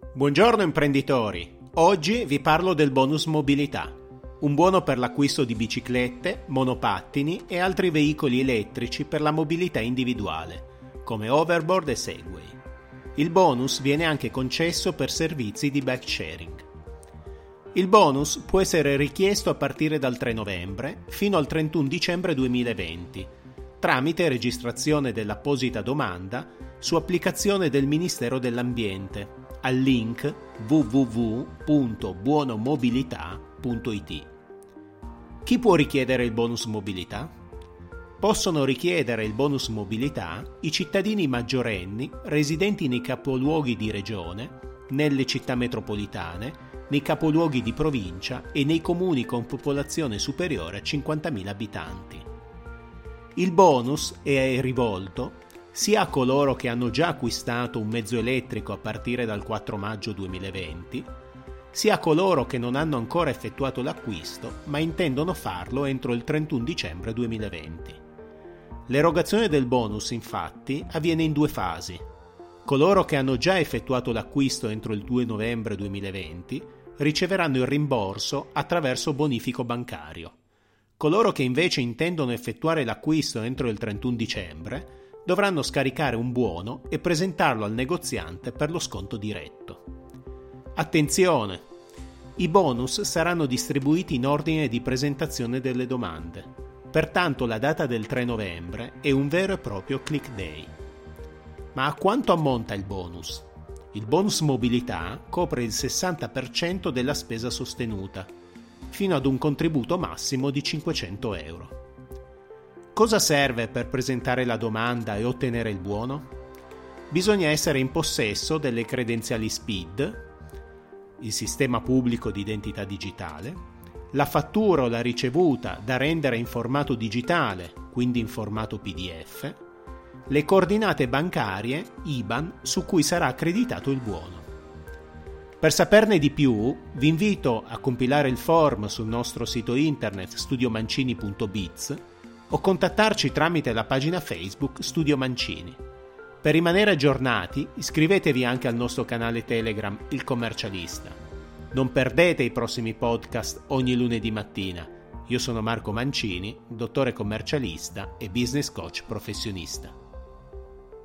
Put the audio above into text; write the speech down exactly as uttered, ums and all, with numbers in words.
Buongiorno imprenditori, oggi vi parlo del bonus mobilità, un buono per l'acquisto di biciclette, monopattini e altri veicoli elettrici per la mobilità individuale, come overboard e Segway. Il bonus viene anche concesso per servizi di bike sharing. Il bonus può essere richiesto a partire dal tre novembre fino al trentuno dicembre duemilaventi, tramite registrazione dell'apposita domanda su applicazione del Ministero dell'Ambiente al link w w w punto buonomobilità punto i t. Chi può richiedere il bonus mobilità? Possono richiedere il bonus mobilità i cittadini maggiorenni residenti nei capoluoghi di regione, nelle città metropolitane, nei capoluoghi di provincia e nei comuni con popolazione superiore a cinquantamila abitanti. Il bonus è rivolto sia a coloro che hanno già acquistato un mezzo elettrico a partire dal quattro maggio duemilaventi, sia a coloro che non hanno ancora effettuato l'acquisto ma intendono farlo entro il trentuno dicembre duemilaventi. L'erogazione del bonus, infatti, avviene in due fasi. Coloro che hanno già effettuato l'acquisto entro il due novembre duemilaventi riceveranno il rimborso attraverso bonifico bancario. Coloro che invece intendono effettuare l'acquisto entro il trentuno dicembre dovranno scaricare un buono e presentarlo al negoziante per lo sconto diretto. Attenzione! I bonus saranno distribuiti in ordine di presentazione delle domande. Pertanto la data del tre novembre è un vero e proprio click day. Ma a quanto ammonta il bonus? Il bonus mobilità copre il sessanta per cento della spesa sostenuta, fino ad un contributo massimo di cinquecento euro. Cosa serve per presentare la domanda e ottenere il buono? Bisogna essere in possesso delle credenziali S P I D, il sistema pubblico di identità digitale, la fattura o la ricevuta da rendere in formato digitale, quindi in formato P D F, le coordinate bancarie I B A N su cui sarà accreditato il buono. Per saperne di più, vi invito a compilare il form sul nostro sito internet studio mancini punto biz o contattarci tramite la pagina Facebook Studio Mancini. Per rimanere aggiornati, iscrivetevi anche al nostro canale Telegram Il Commercialista. Non perdete i prossimi podcast ogni lunedì mattina. Io sono Marco Mancini, dottore commercialista e business coach professionista.